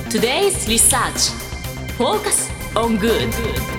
Today's Research Focus on Good。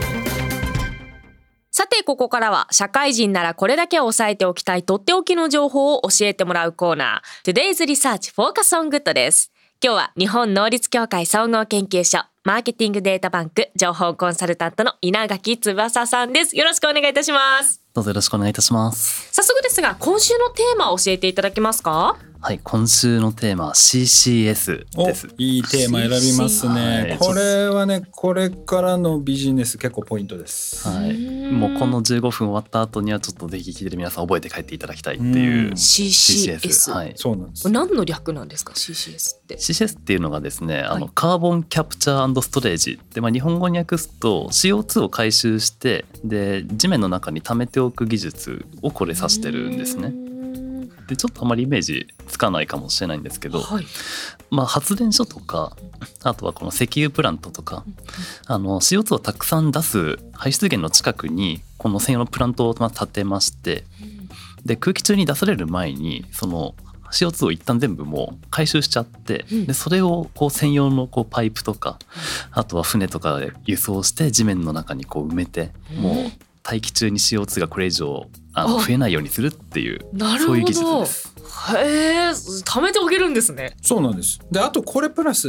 さてここからは社会人ならこれだけは押さえておきたいとっておきの情報を教えてもらうコーナー Today's Research Focus on Good です。今日は日本能率協会総合研究所マーケティングデータバンク情報コンサルタントの稲垣翼さんです。よろしくお願いいたします。 どうぞよろしくお願いいたします。 早速ですが今週のテーマを教えていただけますか？ はい、今週のテーマは CCS です。 いいテーマ選びますね、 はい、 これはねこれからのビジネス結構ポイントです、 はい、もうこの15分終わった後にはちょっとぜひ聞いてる皆さん覚えて帰っていただきたいっていう CCS、 はい、 そうなんです。 何の略なんですか CCS って。 CCS っていうのがですね、 はい、 カーボンキャプチャー&ストレージで、日本語に訳すと CO2 を回収してで地面の中に溜めておく技術をこれ指してるんですね。でちょっとあまりイメージつかないかもしれないんですけど、 はい、 発電所とかあとはこの石油プラントとかCO2 をたくさん出す排出源の近くにこの専用のプラントを建てましてで空気中に出される前にその CO2 を一旦全部もう回収しちゃってでそれをこう専用のこうパイプとかあとは船とかで輸送して地面の中にこう埋めてもう大気中に CO2 がこれ以上増えないようにするっていうそういう技術です。 へー、貯めておけるんですね。 そうなんです。であとこれプラス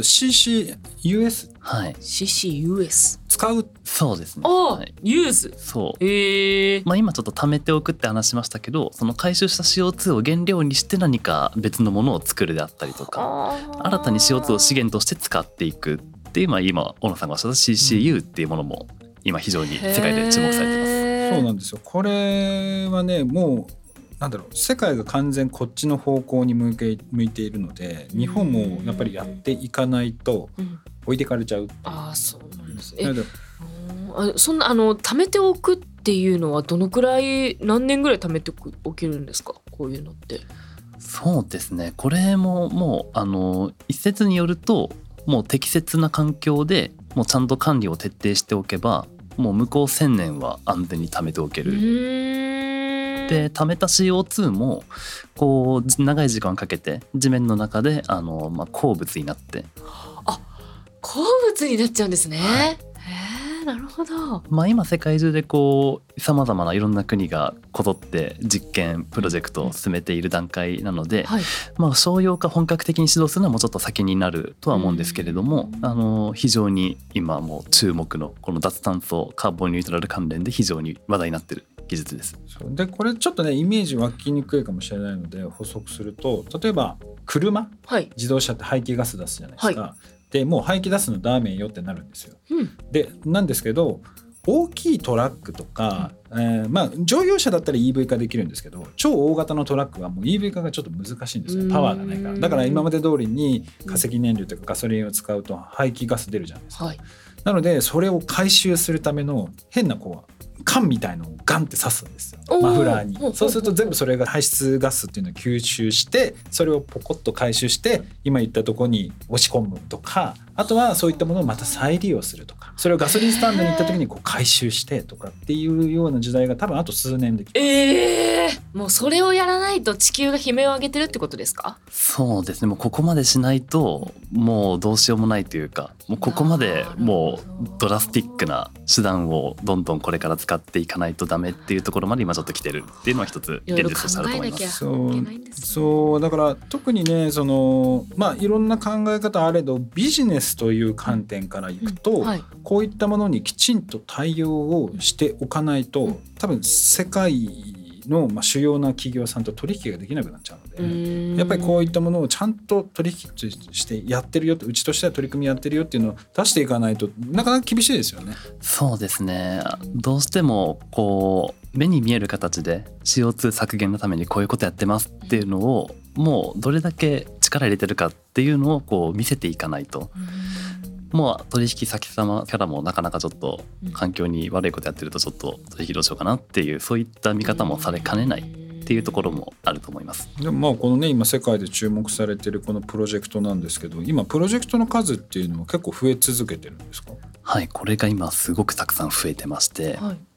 CCUS、 はい、 CCUS 使う。 そうですね。 はい、 はい、 ユーズ。 そう、今ちょっと貯めておくって話しましたけどその回収した CO2 を原料にして何か別のものを作るであったりとか新たに CO2 を資源として使っていくっていう今小野さんがおっしゃった CCU っていうものも今非常に世界で注目されてます。 そうなんですよ。これはねもう世界が完全こっちの方向に向いているので日本もやっぱりやっていかないと置いてかれちゃう。 そうなんですね。そんな貯めておくっていうのはどのくらい何年ぐらい貯めておけるんですかこういうのって。 そうですね、これももう一説によるともう適切な環境でもうちゃんと管理を徹底しておけばもう向こう1000年は安全に貯めておける。で貯めた CO2 もこう長い時間かけて地面の中で鉱物になって鉱物になっちゃうんですね、はい、なるほど。 今世界中でこう様々ないろんな国がこぞって実験プロジェクトを進めている段階なので、はい、商用化本格的に始動するのはもうちょっと先になるとは思うんですけれども、非常に今もう注目のこの脱炭素カーボンニュートラル関連で非常に話題になっている技術です。 そうでこれちょっとねイメージ湧きにくいかもしれないので補足すると例えば車、はい、自動車って排気ガス出すじゃないですか、はい、でもう排気出すのダメよってなるんですよ、でなんですけど大きいトラックとか、乗用車だったら EV 化できるんですけど超大型のトラックはもう EV 化がちょっと難しいんですよ。パワーがないから。だから今まで通りに化石燃料とかガソリンを使うと排気ガス出るじゃないですか、はい、なのでそれを回収するための変な缶みたいのをガンって刺すんですよマフラーに。そうすると全部それが排出ガスっていうのを吸収してそれをポコッと回収して今言ったところに押し込むとかあとはそういったものをまた再利用するとかそれをガソリンスタンドに行った時に回収してとかっていうような時代が多分あと数年できます。 もうそれをやらないと地球が悲鳴を上げてるってことですか？ そうですね、もうここまでしないともうどうしようもないというかもうここまでもうドラスティックな手段をどんどんこれから使っていかないとダメっていうところまで今ちょっと来てるっていうのは一つ現実としてあると思います。 そうだから特にねいろんな考え方あれどビジネスという観点からいくと、はい、こういったものにきちんと対応をしておかないと多分世界の主要な企業さんと取引ができなくなっちゃうのでやっぱりこういったものをちゃんと取引としてやってるようちとしては取り組みやってるよっていうのを出していかないとなかなか厳しいですよね。 そうですね、どうしても目に見える形で CO2 削減のためにこういうことやってますっていうのをもうどれだけ力入れてるかっていうのを見せていかないともう取引先様からもなかなかちょっと環境に悪いことやってるとちょっと取引どうしようかなっていうそういった見方もされかねないっていうところもあると思います。 でもこのね今世界で注目されているこのプロジェクトなんですけど今プロジェクトの数っていうのは結構増え続けてるんですか？ はい、これが今すごくたくさん増えてまして、はい、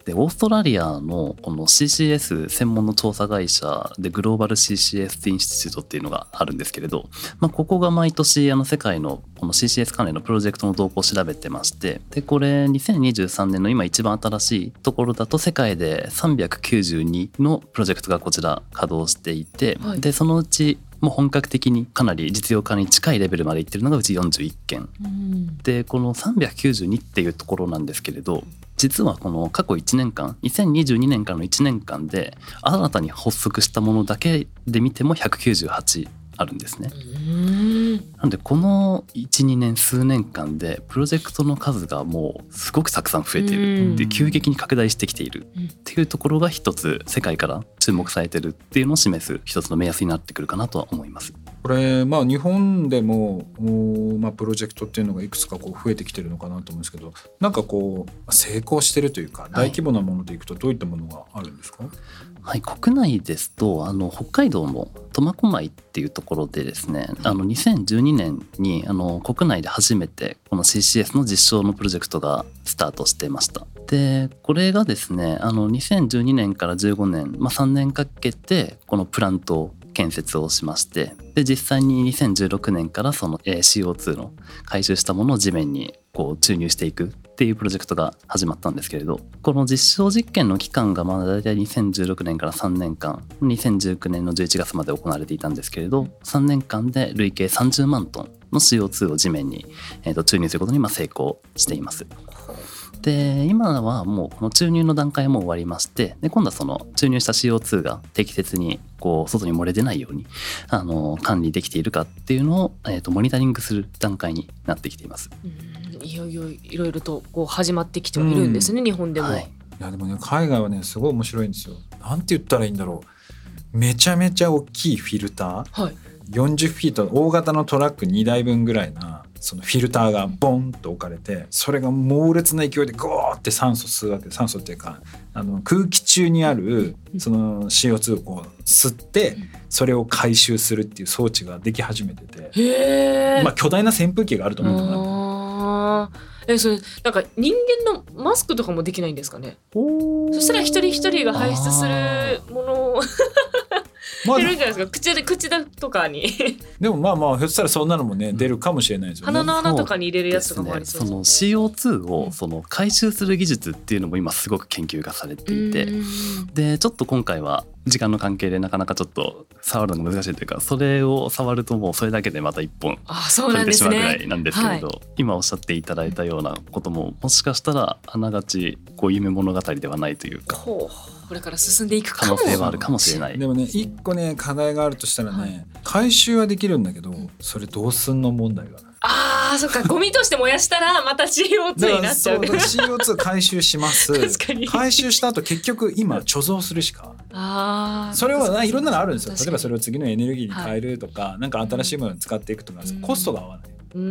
でオーストラリアのこの CCS 専門の調査会社でグローバル CCS インスティチュートっていうのがあるんですけれど、ここが毎年世界のこの CCS 関連のプロジェクトの動向を調べてまして、でこれ2023年の今一番新しいところだと世界で392のプロジェクトがこちら稼働していて、はい、でそのうちもう本格的にかなり実用化に近いレベルまでいってるのがうち41件、でこの392っていうところなんですけれど、実はこの過去1年間2022年からの1年間で新たに発足したものだけで見ても198あるんですね。なのでこの 1,2 年数年間でプロジェクトの数がもうすごくたくさん増えているで、急激に拡大してきているっていうところが一つ世界から注目されているっていうのを示す一つの目安になってくるかなとは思います。 これ日本でもプロジェクトっていうのがいくつか増えてきてるのかなと思うんですけど、なんか成功してるというか大規模なものでいくとどういったものがあるんですか？ はい、国内ですと北海道の苫小牧っていうところでですね、2012年に国内で初めてこの CCS の実証のプロジェクトがスタートしてました。でこれがですね2012年から15年、3年かけてこのプラントを建設をしまして、で実際に2016年からその CO2 の回収したものを地面に注入していくっていうプロジェクトが始まったんですけれど、この実証実験の期間がだいたい2016年から3年間2019年の11月まで行われていたんですけれど、3年間で累計30万トンの CO2 を地面に注入することに成功しています。で今はもうこの注入の段階も終わりまして、で今度はその注入した CO2 が適切に外に漏れ出ないように管理できているかっていうのを、モニタリングする段階になってきています。 いろいろと始まってきてはいるんですね、日本でも。はい、 いやでもね海外はねすごい面白いんですよ。なんて言ったらいいんだろう、めちゃめちゃ大きいフィルター、はい、40フィート大型のトラック2台分ぐらいなそのフィルターがボンと置かれて、それが猛烈な勢いでゴーって酸素吸うわけで、酸素っていうか空気中にあるその CO2 を吸ってそれを回収するっていう装置ができ始めてて、巨大な扇風機があると思うんだな。 それなんか人間のマスクとかもできないんですかね。そしたら一人一人が排出するものを出るんじゃないですか、口だとかにでもひょっとしたらそんなのもね出るかもしれないですよね。 鼻の穴とかに入れるやつとかもありそうですね。 その CO2 をその回収する技術っていうのも今すごく研究がされていて、でちょっと今回は時間の関係でなかなかちょっと触るのが難しいというか、それを触るともうそれだけでまた一本取れてしまうぐらいなんですけれど、今おっしゃっていただいたようなことももしかしたらあながち夢物語ではないというか、 これから進んでいく可能性はあるかもしれない。 でもね一個ね課題があるとしたらね、回収はできるんだけどそれどうすんの問題がある。 そっか、ゴミとして燃やしたらまた CO2 になっちゃうから CO2 回収します確かに回収した後結局今貯蔵するしかそれはいろんなのあるんですよ。例えばそれを次のエネルギーに変えるとか、なんか新しいものを使っていくとか、コストが合わない。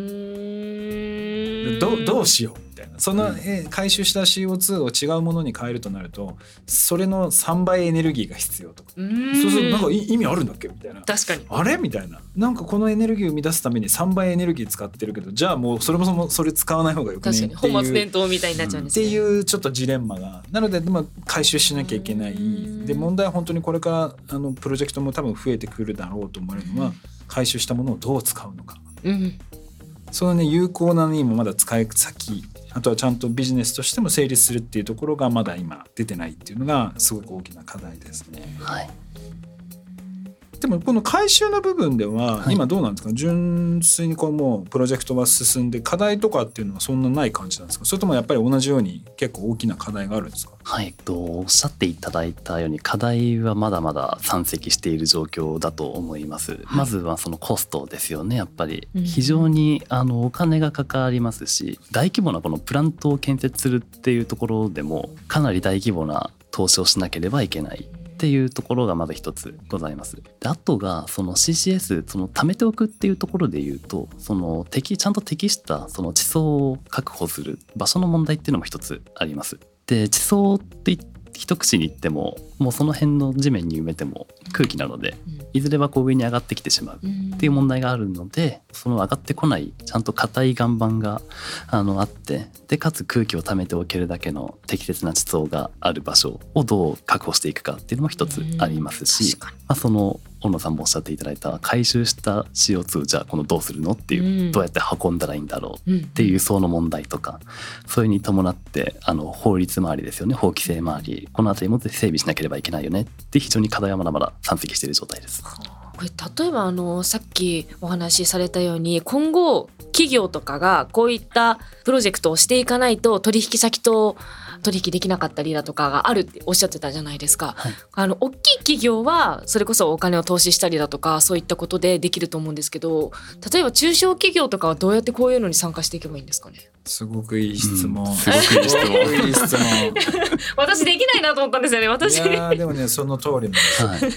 どうしようみたいな、その回収した CO2 を違うものに変えるとなるとそれの3倍エネルギーが必要とか、そうするとなんか意味あるんだっけみたいな、 確かにあれみたいな、なんかこのエネルギーを生み出すために3倍エネルギー使ってるけど、じゃあもうそれもそれ使わない方がよくねっていう、 本末転倒みたいになっちゃうんですね、 っていうちょっとジレンマがなので、回収しなきゃいけない。で問題は本当にこれからプロジェクトも多分増えてくるだろうと思われるのは、回収したものをどう使うのか、そのね有効な今まだ使い先、あとはちゃんとビジネスとしても成立するっていうところがまだ今出てないっていうのがすごく大きな課題ですね。 はい。 でもこの回収の部分では今どうなんですか、純粋にもうプロジェクトが進んで課題とかっていうのはそんなない感じなんですか、それともやっぱり同じように結構大きな課題があるんですか。 はい、おっしゃっていただいたように課題はまだまだ山積している状況だと思います。まずはそのコストですよね。やっぱり非常にお金がかかりますし、大規模なこのプラントを建設するっていうところでもかなり大規模な投資をしなければいけないっていうところがまず一つございます。であとがその CCS その貯めておくっていうところでいうと、そのちゃんと適したその地層を確保する場所の問題っていうのも一つあります。で地層って言っ一口に言ってももうその辺の地面に埋めても空気なので、いずれはこう上に上がってきてしまうっていう問題があるので、その上がってこないちゃんと硬い岩盤があって、でかつ空気を溜めておけるだけの適切な地層がある場所をどう確保していくかっていうのも一つありますし、その小野さんもおっしゃっていただいた回収した CO2 じゃあこのどうするのっていう、どうやって運んだらいいんだろうっていうその問題とか、それに伴って法律周りですよね、法規制周り、このあたりも整備しなければいけないよねって非常に課題はまだまだ山積している状態です。 これ例えばさっきお話しされたように、今後企業とかがこういったプロジェクトをしていかないと取引先と取引できなかったりだとかがあるっておっしゃってたじゃないですか、はい、大きい企業はそれこそお金を投資したりだとかそういったことでできると思うんですけど、例えば中小企業とかはどうやってこういうのに参加していけばいいんですかね。 すごくいい質問、 すごくいい質問いい質問私できないなと思ったんですよね。私いやでもねその通りなんです、はい、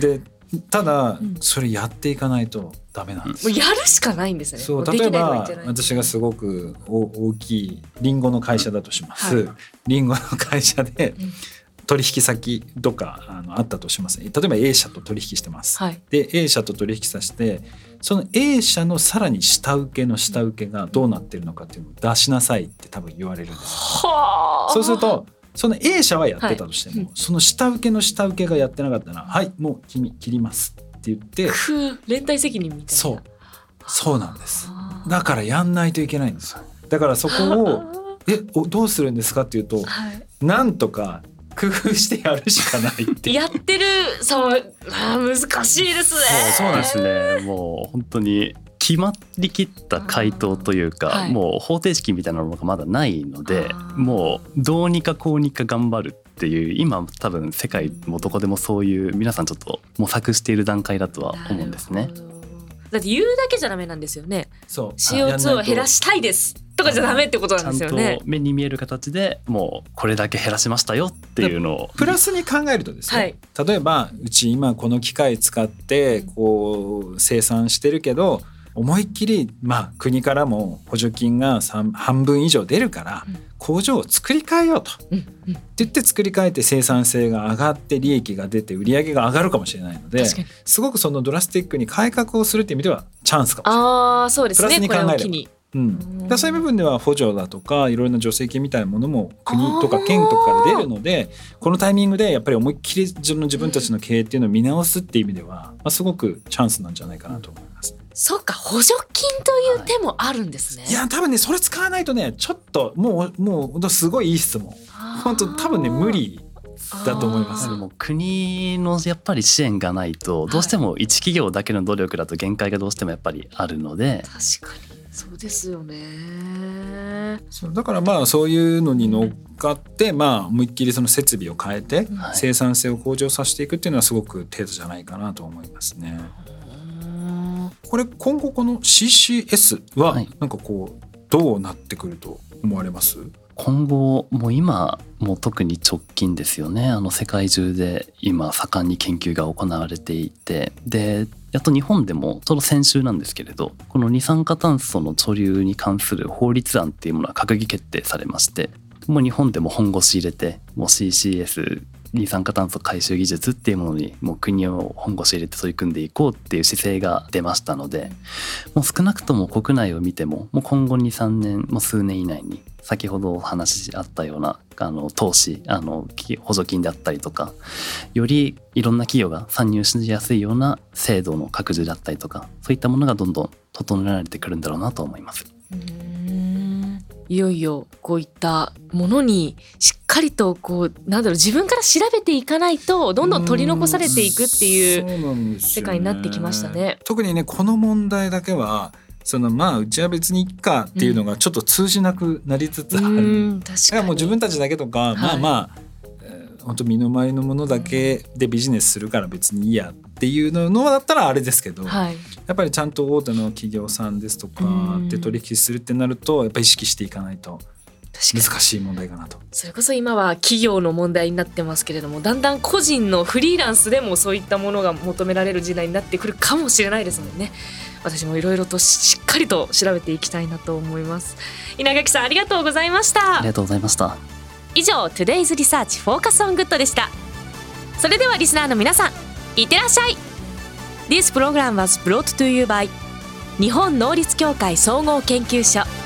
でただそれやっていかないとダメなんです。 もうやるしかないんですね。 そう、例えば私がすごく大きいリンゴの会社だとします、はい、リンゴの会社で取引先とかあったとします。例えば A 社と取引してます、はい、で A 社と取引させて、その A 社のさらに下請けの下請けがどうなってるのかっていうのを出しなさいって多分言われるんです。そうするとその A 社はやってたとしても、はい、その下請けの下請けがやってなかったら、はいもう君切りますって言って連帯責任みたいな。 そうなんです。だからやんないといけないんですよ。だからそこをどうするんですかっていうと、はい、なんとか工夫してやるしかないってやってる。そう難しいですね。 そうなんですね。もう本当に決まりきった回答というか、はい、もう方程式みたいなのがまだないので、もうどうにかこうにか頑張るっていう、今多分世界もどこでもそういう皆さんちょっと模索している段階だとは思うんですね。 だって言うだけじゃダメなんですよね。そう CO2 を減らしたいですとかじゃダメってことなんですよね。 ちゃんと目に見える形でもうこれだけ減らしましたよっていうのをプラスに考えるとですね、はい、例えばうち今この機械使ってこう生産してるけど、思いっきり国からも補助金が半分以上出るから工場を作り変えようとって言って作り変えて生産性が上がって利益が出て売り上げが上がるかもしれないので、すごくそのドラスティックに改革をするっていう意味ではチャンスかもしれない。 そうですね、 プラスに考えればこれを機にだそういう部分では補助だとかいろいろな助成金みたいなものも国とか県とかから出るので、このタイミングでやっぱり思いっきり自分たちの経営っていうのを見直すっていう意味では、すごくチャンスなんじゃないかなと思います。 そうか、補助金という手もあるんですね。 いや多分ねそれ使わないとねちょっともうすごいいい質問。本当多分ね無理だと思います。 でも国のやっぱり支援がないとどうしても一企業だけの努力だと限界がどうしてもやっぱりあるので、 確かにそうですよね。 そうだからそういうのに乗っかって思いっきりその設備を変えて生産性を向上させていくっていうのはすごく程度じゃないかなと思いますね。これ今後この CCS はなんかこうどうなってくると思われます？ 今後もう今もう特に直近ですよね。世界中で今盛んに研究が行われていて、でやっと日本でもちょうど先週なんですけれど、この二酸化炭素の貯留に関する法律案っていうものが閣議決定されまして、もう日本でも本腰入れてもう CCS 二酸化炭素回収技術っていうものにもう国を本腰入れて取り組んでいこうっていう姿勢が出ましたので、もう少なくとも国内を見てももう今後 2,3 年もう数年以内に先ほどお話あったような投資補助金であったりとか、よりいろんな企業が参入しやすいような制度の拡充だったりとか、そういったものがどんどん整えられてくるんだろうなと思います。 いよいよこういったものにしっかりと自分から調べていかないとどんどん取り残されていくっていう世界になってきましたね。 特にねこの問題だけはうちは別にいっかっていうのがちょっと通じなくなりつつある。だからもう自分たちだけとか、本当身の回りのものだけでビジネスするから別にいいやっていうのだったらあれですけど、やっぱりちゃんと大手の企業さんですとかで取引するってなるとやっぱり意識していかないと難しい問題かなと。 それこそ今は企業の問題になってますけれども、だんだん個人のフリーランスでもそういったものが求められる時代になってくるかもしれないですもんね。私もいろいろとしっかりと調べていきたいなと思います。稲垣さんありがとうございました。 ありがとうございました。 以上 Today's Research Focus on Good でした。それではリスナーの皆さん、いってらっしゃい。 This program was brought to you by 日本能率協会総合研究所。